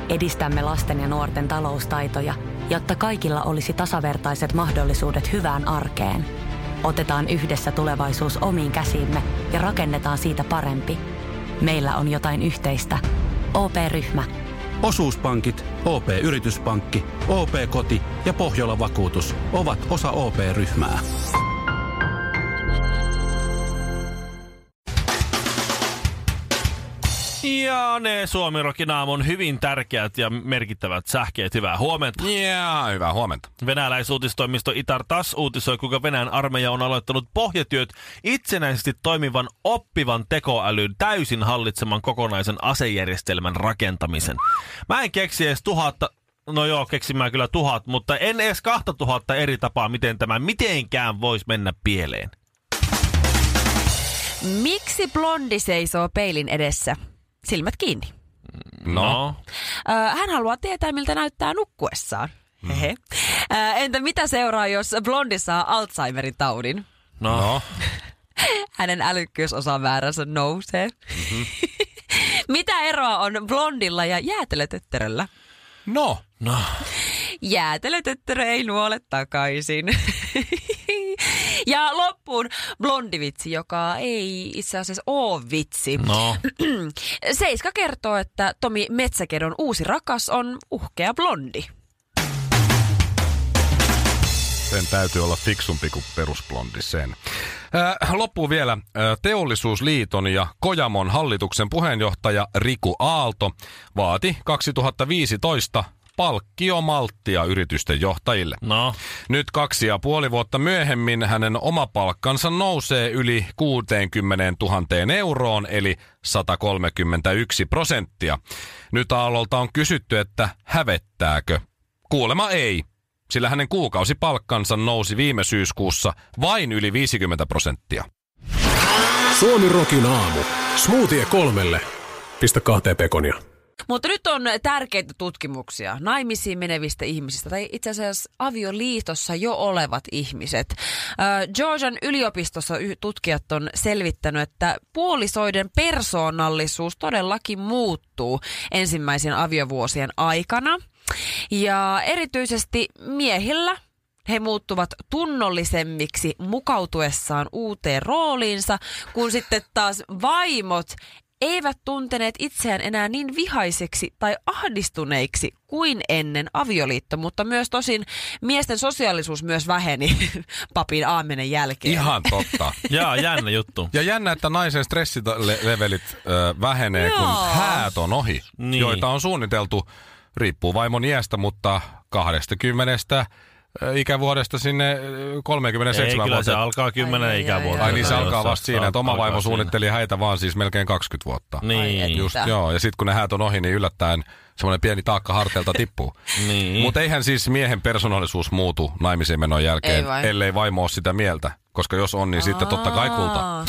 Edistämme lasten ja nuorten taloustaitoja, jotta kaikilla olisi tasavertaiset mahdollisuudet hyvään arkeen. Otetaan yhdessä tulevaisuus omiin käsiimme ja rakennetaan siitä parempi. Meillä on jotain yhteistä. OP-ryhmä. Osuuspankit, OP-yrityspankki, OP-koti ja Pohjola-vakuutus ovat osa OP-ryhmää. Ja ne Suomi-rokin aamun hyvin tärkeät ja merkittävät sähkeet. Hyvää huomenta. Hyvää huomenta. Venäläisuutistoimisto Itar TASS uutisoi, kuinka Venäjän armeija on aloittanut pohjatyöt itsenäisesti toimivan oppivan tekoälyn täysin hallitseman kokonaisen asejärjestelmän rakentamisen. Mä en keksi edes 1000, no joo, keksimään kyllä 1000, mutta en edes 2000 eri tapaa, miten tämä mitenkään voisi mennä pieleen. Miksi blondi seisoo peilin edessä? Silmät kiinni. No. Hän haluaa tietää, miltä näyttää nukkuessaan. Hehe. Entä mitä seuraa, jos blondi saa Alzheimerin taudin? No. Hänen älykkyysosamääränsä nousee. Mm-hmm. Mitä eroa on blondilla ja jäätelötöttöröllä? No. Jäätelötöttörö ei nuole takaisin. Ja loppuun blondivitsi, joka ei itse asiassa ole vitsi. No. Seiska kertoo, että Tomi Metsäkedon uusi rakas on uhkea blondi. Sen täytyy olla fiksumpi kuin perusblondi sen. Loppuun vielä Teollisuusliiton ja Kojamon hallituksen puheenjohtaja Riku Aalto vaati 2015 palkkiomalttia yritysten johtajille. No. Nyt 2,5 vuotta myöhemmin hänen oma palkkansa nousee yli 60 000 euroon, eli 131%. Nyt Aallolta on kysytty, että hävettääkö? Kuulema ei, sillä hänen kuukausipalkkansa nousi viime syyskuussa vain yli 50%. Suomi-rokin aamu. Smoothie 3. Pistä 2 pekonia. Mutta nyt on tärkeitä tutkimuksia naimisiin menevistä ihmisistä, tai itse asiassa avioliitossa jo olevat ihmiset. Georgian yliopistossa tutkijat on selvittänyt, että puolisoiden persoonallisuus todellakin muuttuu ensimmäisen aviovuosien aikana. Ja erityisesti miehillä he muuttuvat tunnollisemmiksi mukautuessaan uuteen rooliinsa, kun sitten taas vaimot eivät tunteneet itseään enää niin vihaiseksi tai ahdistuneiksi kuin ennen avioliitto, mutta myös tosin miesten sosiaalisuus myös väheni papin aamenen jälkeen. Ihan totta. Jaa, jännä juttu. Ja jännä, että naisen stressilevelit vähenee, kun häät on ohi, niin, joita on suunniteltu, riippuu vaimon iästä, mutta 20 ikävuodesta sinne 37 vuoteen. Ei, kyllä se vuoteen. alkaa 10 ikävuotta. Ai niin, se alkaa vasta siinä, että oma vaimo suunnitteli häitä vaan siis melkein 20 vuotta. Niin. Just, joo, ja sitten kun ne häät on ohi, niin yllättäen semmoinen pieni taakka harteilta tippuu. Niin. Mutta eihän siis miehen persoonallisuus muutu naimisiin menon jälkeen, ellei vaimo ole sitä mieltä. Koska jos on, niin sitten totta kai kulta.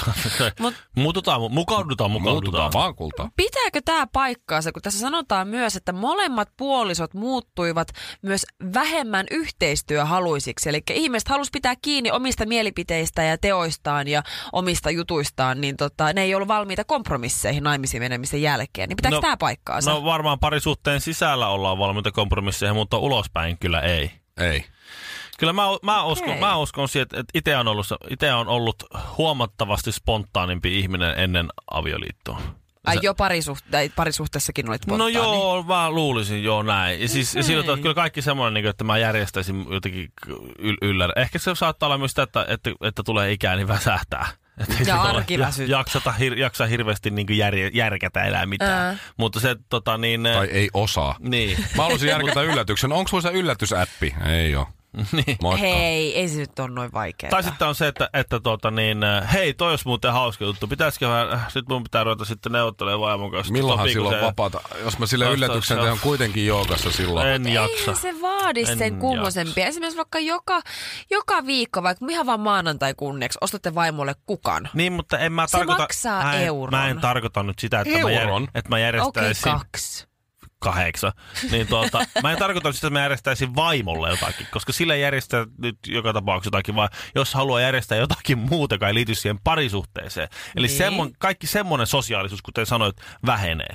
Mukaudutaan vaan kulta. Pitääkö tämä paikkaansa, kun tässä sanotaan myös, että molemmat puolisot muuttuivat myös vähemmän yhteistyöhaluisiksi. Eli ihmiset halusi pitää kiinni omista mielipiteistä ja teoistaan ja omista jutuistaan, niin ne ei ollut valmiita kompromisseihin naimisiin menemisen jälkeen. Niin pitääkö tämä paikkaansa? No varmaan parisuhteen sisällä ollaan valmiita kompromisseihin, mutta ulospäin kyllä ei. Ei. Kyllä mä uskon siihen, että itse on ollut huomattavasti spontaanimpi ihminen ennen avioliittoa. Jo parisuhteessakin olit spontaani? No joo, mä luulisin näin. Ja siis silloin, että kyllä kaikki semmoinen, että mä järjestäisin jotenkin yllä. Ehkä se saattaa olla myös sitä, että tulee ikää, niin väsähtää. Ja arki väsyttää. Jaksa hirveästi niin järkätä elää mitään. Mutta se Tai ei osaa. Niin. Mä haluaisin järkätä yllätyksen. Onko sulla se yllätysäppi? Ei oo. Niin. Hei, ei se nyt ole noin vaikeaa. Tai sitten on se, että hei, toi olisi muuten hauska juttu. Sitten mun pitää ruveta sitten neuvottelemaan vaimon kanssa. Milloinhan silloin vapaata? Jos mä sille yllätyksen teen kuitenkin joogassa silloin. En jaksa. Ei se vaadi sen kummosempia. Esimerkiksi vaikka joka viikko, vaikka ihan vaan maanantai kunniaksi, ostatte vaimolle kukan. Niin, mutta en mä se maksaa euron. Mä en tarkoita nyt sitä, että mä järjestäisin. Okei, 2. 8. Niin mä en tarkoita sitä, että mä järjestäisin vaimolle jotakin, koska sillä järjestää nyt joka tapauksessa jotakin, vaan jos haluaa järjestää jotakin muuta, joka ei liity siihen parisuhteeseen. Eli kaikki semmoinen sosiaalisuus, kuten sanoit, vähenee.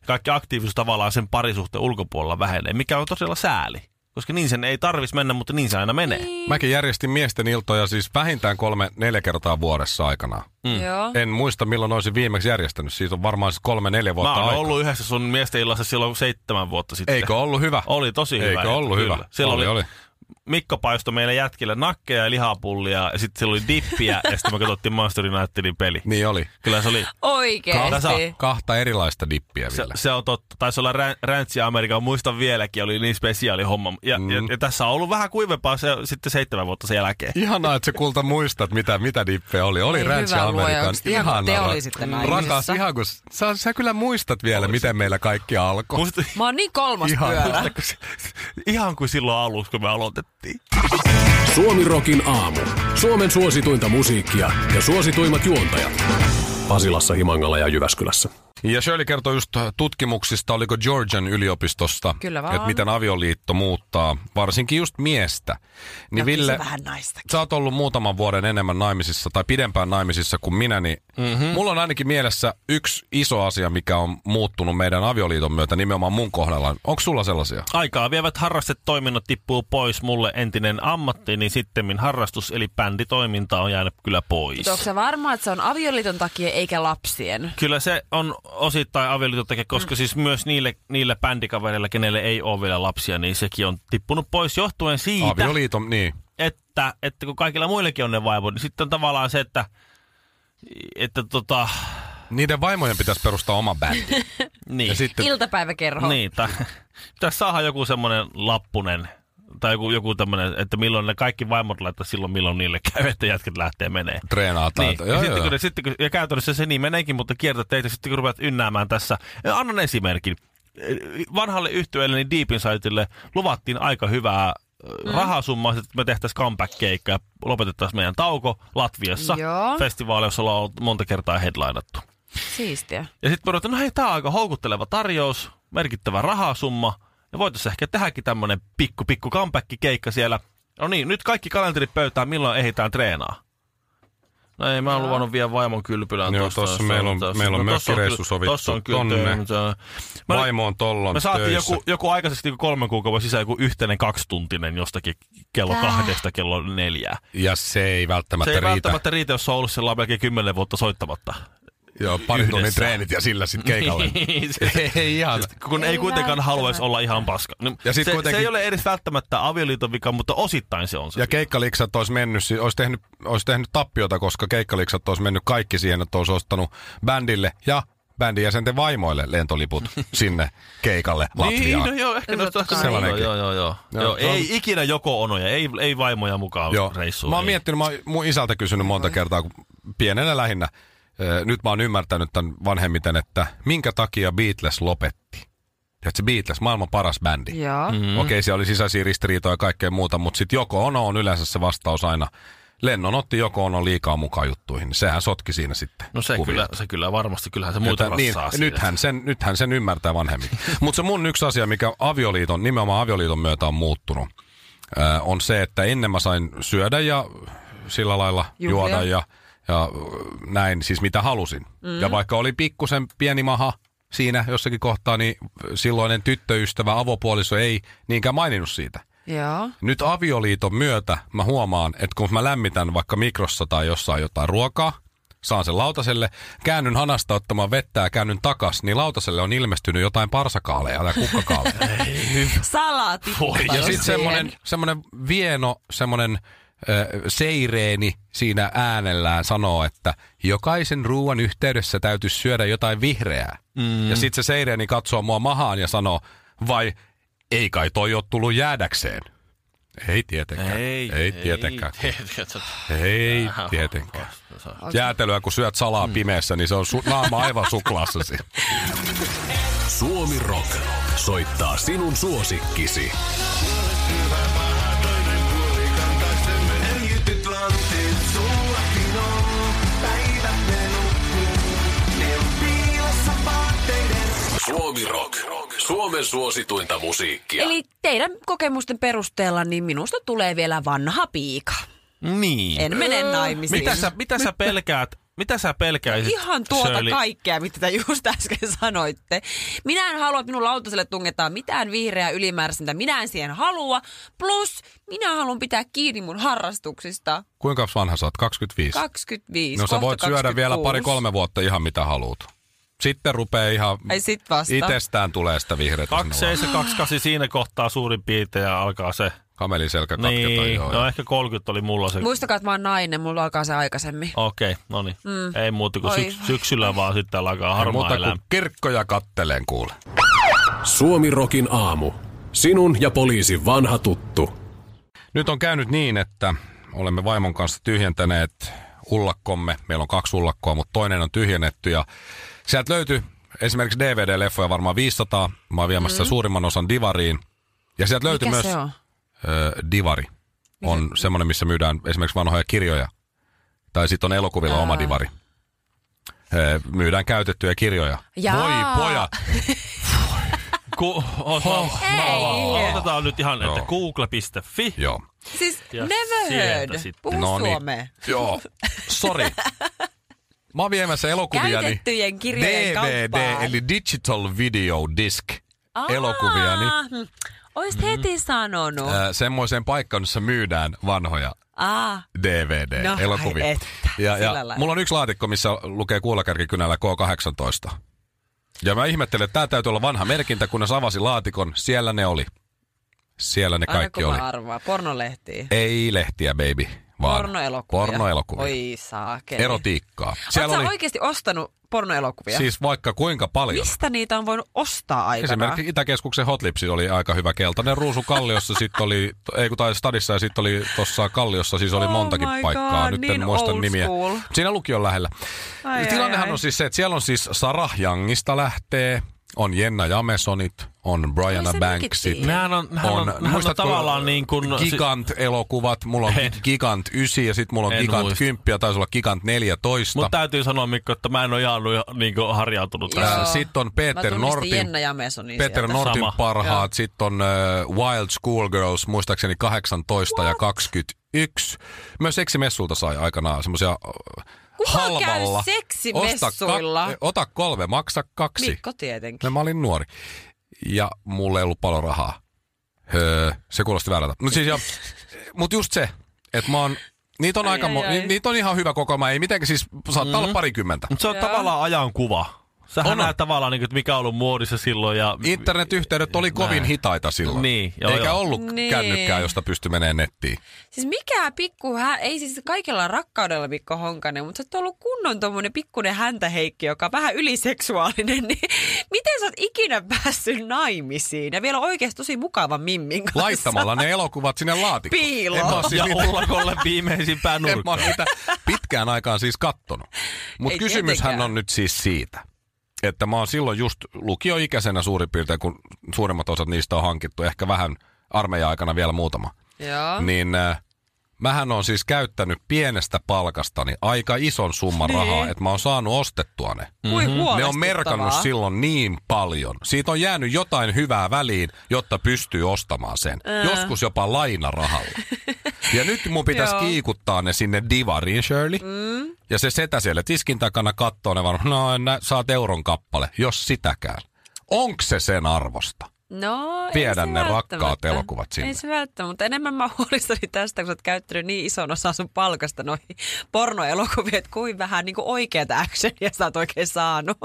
kaikki aktiivisuus tavallaan sen parisuhteen ulkopuolella vähenee, mikä on tosiaan sääli. Koska niin sen ei tarvitsisi mennä, mutta niin se aina menee. Mäkin järjestin miesten iltoja siis vähintään 3-4 kertaa vuodessa aikanaan. Joo. En muista, milloin olisin viimeksi järjestänyt. Siitä on varmaan 3-4 vuotta aikaa. Mä oon ollut yhdessä sun miesten illassa silloin 7 vuotta sitten. Eikö ollut hyvä? Oli tosi hyvä. Eikö ollut hyvä? Siellä oli. Mikko paistoi meille jätkille nakkeja ja lihapullia, ja sitten siellä oli dippiä, ja sitten me katsottiin Manchester Unitedin peli. Niin oli. Kyllä se oli. Oikeesti. Kahta erilaista dippiä vielä. Se on totta. Taisi olla Räntsi Amerikan, muistan vieläkin, oli niin spesiaali homma. Ja tässä on ollut vähän kuivempaa se sitten 7 vuotta sen jälkeen. Ihanaa, että sä kulta muistat, mitä dippejä oli. Oli Räntsi Amerikan. Ihanaa. Te oli sitten rakas, ihan kun sä kyllä muistat vielä, miten meillä kaikki alkoi. Mä oon niin kolmas pyörä. Ihan kuin silloin alussa, kun me aloitettiin. Suomi Rokin aamu. Suomen suosituinta musiikkia ja suosituimmat juontajat. Pasilassa, Himangalla ja Jyväskylässä. Ja Shirley kertoi just tutkimuksista, oliko Georgian yliopistosta, että miten avioliitto muuttaa, varsinkin just miestä. Niin Ville, vähän naistakin. Sä oot ollut muutaman vuoden enemmän naimisissa tai pidempään naimisissa kuin minä, niin mulla on ainakin mielessä yksi iso asia, mikä on muuttunut meidän avioliiton myötä nimenomaan mun kohdalla. Onko sulla sellaisia? Aikaa vievät harrastetoiminnot tippuu pois. Mulle entinen ammatti, niin sittemmin harrastus eli bänditoiminta on jäänyt kyllä pois. Mutta onko se varmaa, että se on avioliiton takia eikä lapsien? Kyllä se on osittain avioliiton takia, koska siis myös niille bändikavereilla, kenelle ei ole vielä lapsia, niin sekin on tippunut pois johtuen siitä, avioliiton, niin. että kun kaikilla muillekin on ne vaimot, niin sitten on tavallaan se, että niiden vaimojen pitäisi perustaa oma bändi. Niin. Ja sitten iltapäiväkerho. Niin, pitäisi saada joku semmoinen lappunen, tai joku tämmöinen, että milloin ne kaikki vaimot laittaa silloin, milloin niille käy, että jätket lähtee menee. Treenaa täältä. Niin. Ja käytännössä se niin meneekin, mutta kiertät teitä sitten, kun rupeat ynnäämään tässä. Annan esimerkin. Vanhalle yhtyeelle, niin Deep Insightille luvattiin aika hyvää rahasummaa, että me tehtäisiin comeback-keikka ja lopetettaisiin meidän tauko Latviassa. Festivaali, jossa ollaan monta kertaa headlinattu. Siistiä. Ja sitten me ruvetaan, no hei, tää on aika houkutteleva tarjous, merkittävä rahasumma. Ja voitaisiin ehkä tehdäkin tämmönen pikku comeback-keikka siellä. No niin, nyt kaikki kalenterit pöytään, milloin ehditään treenaa. No ei, mä oon luvannut vielä vaimon kylpylään. Joo, tossa meillä on mökkireissu sovittu tonne. Vaimo on tollon me saatiin joku aikaisesti 3 kuukauden sisään joku yhteinen 2-tuntinen jostakin kello 2 kello 4. Ja se ei välttämättä riitä. Se ei välttämättä riitä, jos on ollut sillä melkein 10 vuotta soittamatta. Joo, parin tunnin treenit ja sillä sitten keikalle. Ei ihan. Kun ei kuitenkaan haluaisi olla ihan paska. Ja se ei ole edes välttämättä avioliiton vika, mutta osittain se on se. Ja keikkaliksat olisi mennyt, olisi tehnyt tappiota, koska keikkaliksat olisi mennyt kaikki siihen, että olisi ostanut bändille ja bändin jäsenten vaimoille lentoliput sinne keikalle Latviaan. Niin, joo, ehkä sellainenkin. Joo. Ei ikinä joko-onoja, ei vaimoja mukaan reissuun. Mä oon miettinyt, mä oon mun isältä kysynyt monta kertaa, kun pienenä lähinnä. Nyt mä oon ymmärtänyt tämän vanhemmiten, että minkä takia Beatles lopetti. Tiedätkö, Beatles, maailman paras bändi. Okei, siellä oli sisäisiä ristiriitoja ja kaikkea muuta, mutta sitten Yoko Ono on yleensä se vastaus aina. Lennon otti Yoko Ono liikaa mukaan juttuihin. Sehän sotki siinä sitten. No se kyllä varmasti, kyllähän se muita rassaa niin, nythän sen ymmärtää vanhemmin. Mutta se mun yksi asia, mikä nimenomaan avioliiton myötä on muuttunut, on se, että ennen mä sain syödä ja sillä lailla juoda ja näin, siis mitä halusin. Ja vaikka oli pikkusen pieni maha siinä jossakin kohtaa, niin silloinen tyttöystävä, avopuoliso ei niinkään maininnut siitä. Joo. Nyt avioliiton myötä mä huomaan, että kun mä lämmitän vaikka mikrossa tai jossain jotain ruokaa, saan sen lautaselle, käännyn hanasta ottamaan vettä ja käännyn takas, niin lautaselle on ilmestynyt jotain parsakaaleja tai kukkakaaleja. Salaatit. Ja sitten semmoinen vieno, semmoinen seireeni siinä äänellään sanoo, että jokaisen ruuan yhteydessä täytyisi syödä jotain vihreää. Ja sitten se seireeni katsoo mua mahaan ja sanoo, vai ei kai toi ole tullut jäädäkseen? Ei tietenkään. Ei tietenkään. Ei tietenkään. Jäätelöä kun syöt salaa pimeässä, niin se on naama aivan suklaassasi. Suomi Rock soittaa sinun suosikkisi. Suomi Rock. Suomen suosituinta musiikkia. Eli teidän kokemusten perusteella niin minusta tulee vielä vanha piika. Niin. En mene naimisiin. Mitä sä pelkäät mitä sä pelkäisit, Ihan tuota Shirley? kaikkea, mitä te just äsken sanoitte. Minä en halua, että minun lautaselle tungetaan mitään vihreää ylimääräisintä. Minä en siihen halua. Plus, minä haluan pitää kiinni mun harrastuksista. Kuinka vanha sä oot? 25? 25, No sä voit syödä 26. vielä 2-3 vuotta ihan mitä haluut. Sitten rupeaa ihan Ai sit vasta. itsestään tulee sitä vihreätä. 27 ja 28 siinä kohtaa suurin piirtein ja alkaa se. Kamelin selkä katketa. Niin, Joo. no ehkä 30 oli mulla se. Muistakaa, että mä oon nainen, mulla alkaa se aikaisemmin. Okei, no niin. Ei muuta kuin Oi. syksyllä vaan sitten alkaa Ei harmaa muuta elämä. kuin kirkkoja katteleen kuule. Suomi Rokin aamu. Sinun ja poliisin vanha tuttu. Nyt on käynyt niin, että olemme vaimon kanssa tyhjentäneet ullakkomme. Meillä on 2 ullakkoa, mutta toinen on tyhjennetty ja sieltä löytyi esimerkiksi DVD-leffoja varmaan 500. Mä oon viemässä suurimman osan divariin. Ja sieltä löytyi Mikä myös se on? divari. On semmoinen, missä myydään esimerkiksi vanhoja kirjoja. Tai sitten on elokuvilla oma divari. Myydään käytettyjä kirjoja. Jaa. Voi pojat! Otetaan nyt ihan, että Joo. google.fi. Joo. Siis Ja never sieltä heard. sitten. Puhu suomea. Joo. Sori. Mä oon viemässä elokuviani. Käytettyjen kirjojen DVD, kauppaan. eli Digital Video Disc elokuviani. Oisit heti sanonut. Semmoiseen paikkaan, jossa myydään vanhoja DVD-elokuvia. ai että, Ja sillä lailla. mulla on yksi laatikko, missä lukee kuulakärkikynällä K18. Ja mä ihmettelen, että tää täytyy olla vanha merkintä, kunnes avasin laatikon. Siellä ne oli. Siellä ne kaikki Aina oli. kun mä arvaan. Pornolehtiä. Ei lehtiä, baby. Vaan Pornoelokuvia. Pornoelokuvia. Oi saakeli. Erotiikkaa. Oletko sä oikeasti ostanut pornoelokuvia? Siis vaikka kuinka paljon. Mistä niitä on voinut ostaa aikanaan? Esimerkiksi Itäkeskuksen Hot Lipsi oli aika hyvä keltainen ruusu Kalliossa, sitten oli, tai Stadissa ja sitten oli tuossa Kalliossa, siis oli Oh montakin my paikkaa, God, nyt niin en muista old nimiä. school. Siinä lukion lähellä. Tilannehan ai. on siis se, että siellä on siis Sarah Youngista lähtee, on Jenna Jamesonit, on Brianna sen Banksit. mäkin Nehän on Muistatko tavallaan niin kuin... Gigant-elokuvat, mulla on Gigant 9 ja sitten mulla on En Gigant muista. 10 ja taisi olla Gigant 14. Mutta täytyy sanoa, Mikko, että mä en ole ihan niin harjautunut Joo. tässä. Sitten on Mä Peter tunnistin Nortin. Jenna Jamesonin Peter sieltä. Nortin Sama. parhaat, sitten on Wild Schoolgirls, muistaakseni 18 ja 21. Myös seksimessulta sai aikanaan semmoisia Kuka on halvalla. käynyt seksimessuilla? Ota 3, maksa 2. Mikko tietenkin. No, mä olin nuori. Ja mulla ei ollut paljon rahaa. Se kuulosti väärältä. Mutta just se, että mä oon... Niitä on, niitä on ihan hyvä kokoelma. Ei mitenkään siis, saattaa olla parikymmentä. Mutta se on tavallaan ajankuva. Sähän näet tavallaan, niin kuin, että mikä on ollut muodissa silloin. Ja... Internetyhteydet oli kovin hitaita silloin. Niin, joo, eikä joo. ollut Niin. kännykkää, josta pystyi menemään nettiin. Siis mikä ei siis kaikella rakkaudella Mikko Honkanen, mutta sä oot ollut kunnon tommonen pikkuinen häntäheikki, joka on vähän yliseksuaalinen, niin miten sä oot ikinä päässyt naimisiin? Ja vielä oikeasti tosi mukavan mimmin kanssa. Laittamalla ne elokuvat sinne laatikkoon. Piiloon. En mä oo siis Ja niitä- ullakolle viimeisimpään en mä oo nurkkaan. niitä pitkään aikaan siis kattonut. Mutta Ei kysymyshän tietenkään. on nyt siis siitä, että mä oon silloin just lukioikäisenä suurin piirtein, kun suurimmat osat niistä on hankittu, ehkä vähän armeija-aikana vielä muutama. Joo. Niin mähän on siis käyttänyt pienestä palkastani aika ison summan Niin. rahaa, että mä oon saanut ostettua ne. Kui Ne on huolestuttavaa. merkannut silloin niin paljon. Siitä on jäänyt jotain hyvää väliin, jotta pystyy ostamaan sen. Joskus jopa lainarahalla. Ja nyt mun pitäisi Joo. kiikuttaa ne sinne divariin, Shirley. Ja se setä siellä tiskin takana kattoo ne vaan, saat euron kappale, jos sitäkään. Onko se sen arvosta? No, ei Viedä se ne rakkaat välttämättä. elokuvat sinne. Ei se välttämättä, mutta enemmän mä huolissani tästä, kun sä oot käyttänyt niin ison osan sun palkasta noihin pornoelokuviin, että kuin vähän niin kuin oikeata actionia sä oot oikein saanut.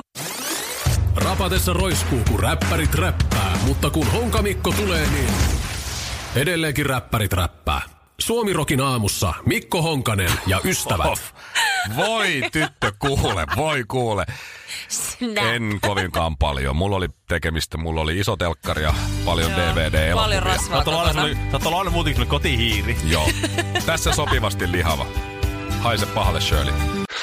Rapatessa roiskuu, kun räppärit räppää, mutta kun Honkamikko tulee, niin edelleenkin räppärit räppää. Suomi Rokin aamussa Mikko Honkanen ja ystävät. Voi tyttö, kuule. En kovinkaan paljon. Mulla oli tekemistä, mulla oli iso telkkari ja paljon DVD-elokuvia. Paljon rasvaa Sä oot ollut aina muutenkin kotihiiri. Joo. Tässä sopivasti lihava. Haise pahalle, Shirley.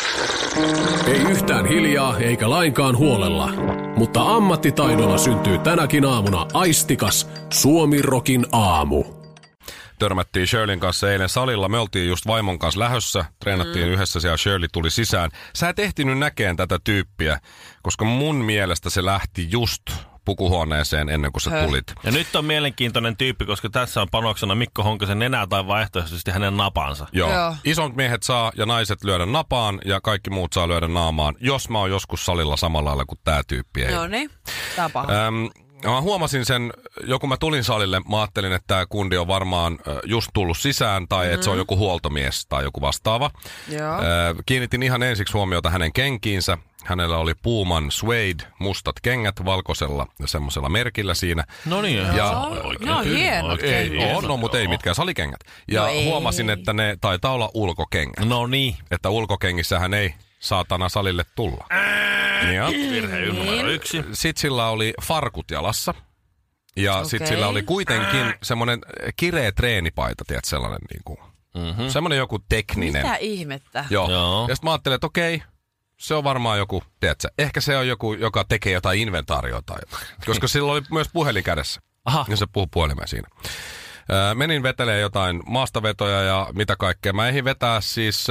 Ei yhtään hiljaa eikä lainkaan huolella, mutta ammattitaidolla syntyy tänäkin aamuna aistikas Suomi Rokin aamu. Törmättiin Shirleyn kanssa eilen salilla. Me oltiin just vaimon kanssa lähössä. Treenattiin yhdessä ja Shirley tuli sisään. Sä et ehtinyt näkeen tätä tyyppiä, koska mun mielestä se lähti just pukuhuoneeseen ennen kuin sä tulit. Ja nyt on mielenkiintoinen tyyppi, koska tässä on panoksena Mikko Honkasen nenää tai vaihtoehtoisesti hänen napansa. Joo. Isot miehet saa ja naiset lyödä napaan ja kaikki muut saa lyödä naamaan, jos mä oon joskus salilla samalla lailla kuin tää tyyppi ei. No niin, tää on paha. Mä huomasin sen, kun mä tulin salille, mä ajattelin, että tää kundi on varmaan just tullut sisään tai että se on joku huoltomies tai joku vastaava. Joo. Kiinnitin ihan ensiksi huomiota hänen kenkiinsä. Hänellä oli Puman Suede, mustat kengät valkoisella ja semmoisella merkillä siinä. No niin. No hienot kengät. No, mutta ei mitkään salikengät. Ja huomasin, että ne taitaa olla ulkokengät. No niin. Että ulkokengissähän ei saatana salille tulla. Virhe numero 1. Sitten sillä oli farkut jalassa. Ja sitten sillä oli kuitenkin semmoinen kireä treenipaita, tiedät, sellainen niinku. Semmoinen joku tekninen. Mitä ihmettä? Joo. Ja sitten mä ajattelin, että okei, se on varmaan joku, tiedätkö, ehkä se on joku, joka tekee jotain inventaariota tai jotain. Koska sillä oli myös puhelin kädessä. Aha. Ja se puhui puhelimeen siinä. Menin vetelemään jotain maastavetoja ja mitä kaikkea. Mä ehdin vetää siis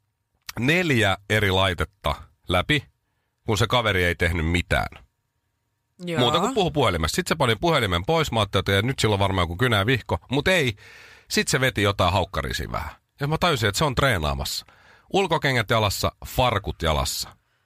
4 eri laitetta läpi, kun se kaveri ei tehnyt mitään. Joo. Muuta kuin puhu puhelimessa. Sitten se pani puhelimen pois. Mä ajattelin, että nyt sillä on varmaan joku kynä vihko. Mutta ei. Sitten se veti jotain haukkaria siinä vähän. Ja mä tajusin, että se on treenaamassa. Ulkokengät jalassa, farkut jalassa.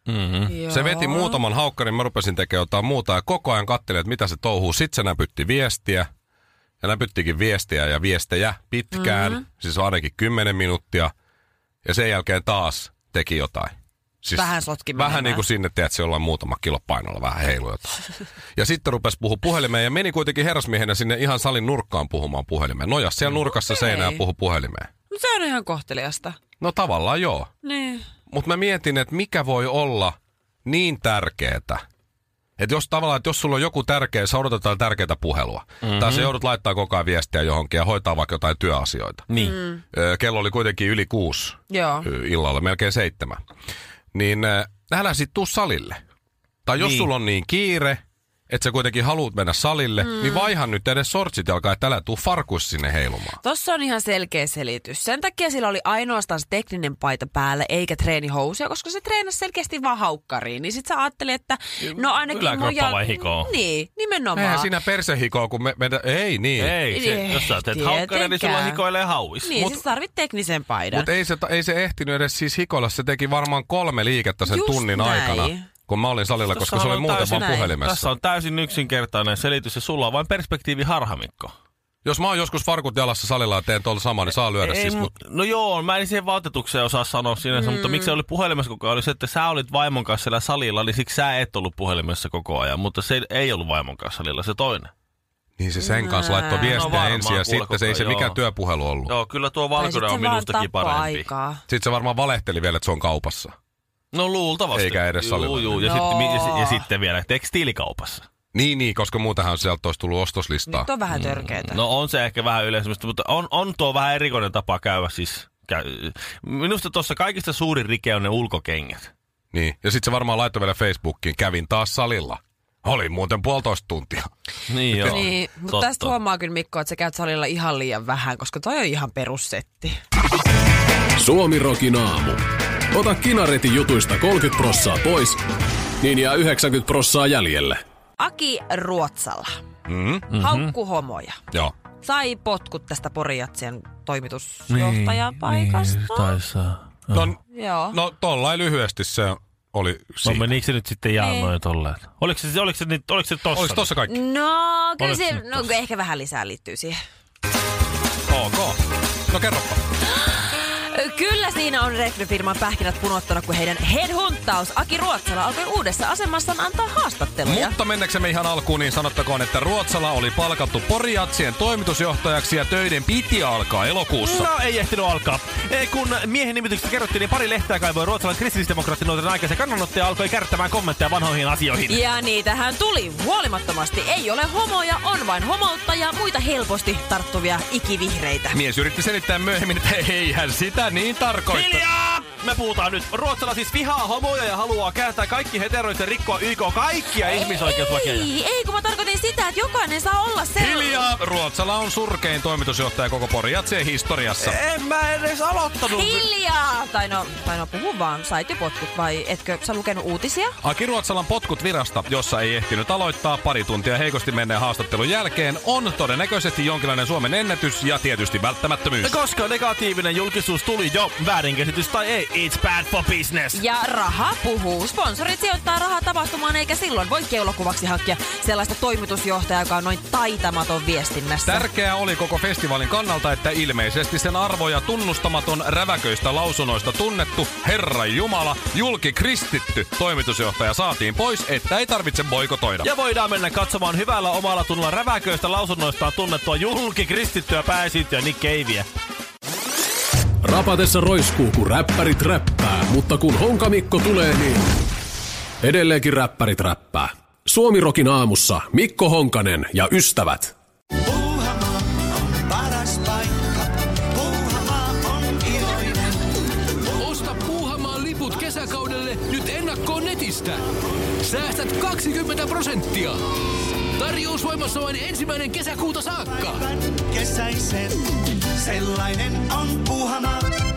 Se veti muutaman haukkarin, mä rupesin tekemään jotain muuta ja koko ajan katselin, että mitä se touhuu. Sitten se näpytti viestiä. Ja näpyttikin viestiä ja viestejä pitkään. Siis ainakin 10 minuuttia. Ja sen jälkeen taas teki jotain. Siis vähän sotki menemään. Vähän niin kuin sinne, tiedät, se jollain muutama kilo painolla vähän heilu jotain. Ja sitten rupesi puhua puhelimeen ja meni kuitenkin herrasmiehenä sinne ihan salin nurkkaan puhumaan puhelimeen. Nojas siellä nurkassa seinään puhu puhelimeen. No se on ihan kohteliasta. No tavallaan joo. Niin. Mutta mä mietin, että mikä voi olla niin tärkeetä. Että jos tavallaan, että jos sulla on joku tärkeä, sä odotetaan tärkeää puhelua. Tai sä joudut laittaa koko ajan viestiä johonkin ja hoitaa vaikka jotain työasioita. Niin. Kello oli kuitenkin yli 6 illalla, melkein 7. Niin älä sit tuu salille. Tai jos sulla on niin kiire, että sä kuitenkin haluat mennä salille, niin vaihan nyt edes sortsit jalkaa, että älä tuu farkuissa sinne heilumaan. Tossa on ihan selkeä selitys. Sen takia sillä oli ainoastaan se tekninen paita päällä, eikä treenihousuja, koska se treenasi selkeästi vaan haukkariin. Niin sit sä ajattelit, että no ainakin yläkroppa vai hikoo? Niin, nimenomaan. Eihän siinä persehikoo, kun ei niin. Ei, jos sä teet haukkari, niin sulla hikoilee hauis. Niin, sä tarvit teknisen paidan. Mutta ei se ehtinyt edes siis hikoilla, se teki varmaan 3 liikettä sen tunnin aikana. Kun mä olin salilla, koska se oli muuten vaan puhelimessa. Tässä on täysin yksinkertainen selitys ja sulla on vain perspektiivi harha, Mikko. Jos mä oon joskus farkut jalassa salilla ja teen tuolla samaa, niin saa lyödä siis. No joo, mä en siihen vaatetukseen osaa sanoa sinänsä, mutta miksi se oli puhelimessa koko ajan? Oli se, että sä olit vaimon kanssa siellä salilla, niin siksi sä et ollut puhelimessa koko ajan. Mutta se ei ollut vaimon kanssa salilla, se toinen. Niin se sen kanssa laittoi viestiä ensin ja sitten se ei se mikään työpuhelu ollut. Joo, kyllä tuo valkoinen on minustakin parempi. Aikaa. Sitten se varmaan valehteli vielä, että se on kaupassa. No luultavasti. Eikä edes salilla. Joo, ja sitten vielä tekstiilikaupassa. Niin, koska muutenhan sieltä olisi tullut ostoslistaa. Nyt on vähän törkeetä. No on se ehkä vähän yleisemmästä, mutta on tuo vähän erikoinen tapa käydä siis. Minusta tuossa kaikista suurin rike on ne ulkokengät. Niin, ja sitten se varmaan laittoi vielä Facebookiin, kävin taas salilla. Oli muuten 1,5 tuntia. Niin joo. Niin, mutta tästä huomaa kyllä Mikko, että sä käyt salilla ihan liian vähän, koska toi on ihan perussetti. Suomi Rokin aamu. Ota Kinaretin jutuista 30% pois, niin jää 90% jäljelle. Aki Ruotsala. Haukku homoja. Joo. Sai potkut tästä Porijatsien toimitusjohtajan paikasta. Taisaa. Joo. No tollain lyhyesti se oli siinä. No menikö se nyt sitten noin tolleen? Oliko se tossa? Oliko tossa kaikki? No, kyllä se, ehkä vähän lisää liittyy siihen. Ok. No kerropa. Kyllä siinä on rekryfirman pähkinät punottuna, kun heidän headhuntaus Aki Ruotsala alkoi uudessa asemassaan antaa haastatteluja. Mutta mennäksemme ihan alkuun, niin sanottakoon, että Ruotsala oli palkattu Porijatsien toimitusjohtajaksi ja töiden piti alkaa elokuussa. No ei ehtinyt alkaa. Kun miehen nimityksestä kerrottiin, niin pari lehteä kaivoi ruotsalaiset kristillisdemokraattinuorten aikaisen kannanottoja alkoi kärttämään kommentteja vanhoihin asioihin. Ja niitähän tuli huolimattomasti. Ei ole homoja, on vain homoutta ja muita helposti tarttuvia ikivihreitä. Mies yritti selittää myöhemmin, että eihän sitä niin tarkoittaa. Hiljaa! me puhutaan nyt. Ruotsala siis vihaa homoja ja haluaa kääntää kaikki heteroit ja rikkoa YK kaikkia ihmisoikeuslakeja. Ei, kun mä tarkoitin sitä, että jokainen saa olla sellainen. Hiljaa! Ruotsala on surkein toimitusjohtaja koko Pori-Jatsien historiassa. En mä edes aloittanut. Hiljaa! Tai no puhu vaan. Sait jo potkut vai etkö sä lukenut uutisia? Aki Ruotsalan potkut virasta, jossa ei ehtinyt aloittaa pari tuntia heikosti menneen haastattelun jälkeen, on todennäköisesti jonkinlainen Suomen ennätys ja tietysti välttämättömyys. Koska negatiivinen julkisuus tuli jo, väärinkäsitys tai ei, it's bad for business. Ja raha puhuu. Sponsorit sijoittaa rahaa tapahtumaan, eikä silloin voi keulokuvaksi hakea sellaista toimitusjohtajaa, joka on noin taitamaton viestinnässä. Tärkeää oli koko festivaalin kannalta, että ilmeisesti sen arvoja tunnustamaton räväköistä lausunnoista tunnettu Herra Jumala, julki kristitty toimitusjohtaja saatiin pois, että ei tarvitse boikotoida. Ja voidaan mennä katsomaan hyvällä omalla tunnolla räväköistä lausunnoistaan tunnettua julki kristittyä pääesiintyjä Nick Caveä. Rapatessa roiskuu, kun räppärit räppää, mutta kun Honkamikko tulee, niin edelleenkin räppärit räppää. Suomi-rokin aamussa Mikko Honkanen ja ystävät. Puuhamaa on paras paikka. Puuhamaa on iloinen. Osta Puuhamaan liput kesäkaudelle nyt ennakkoon netistä. Säästät 20%. Tarjous voimassa vain 1. kesäkuuta saakka. Kesäisen, sellainen on Puuhamaa.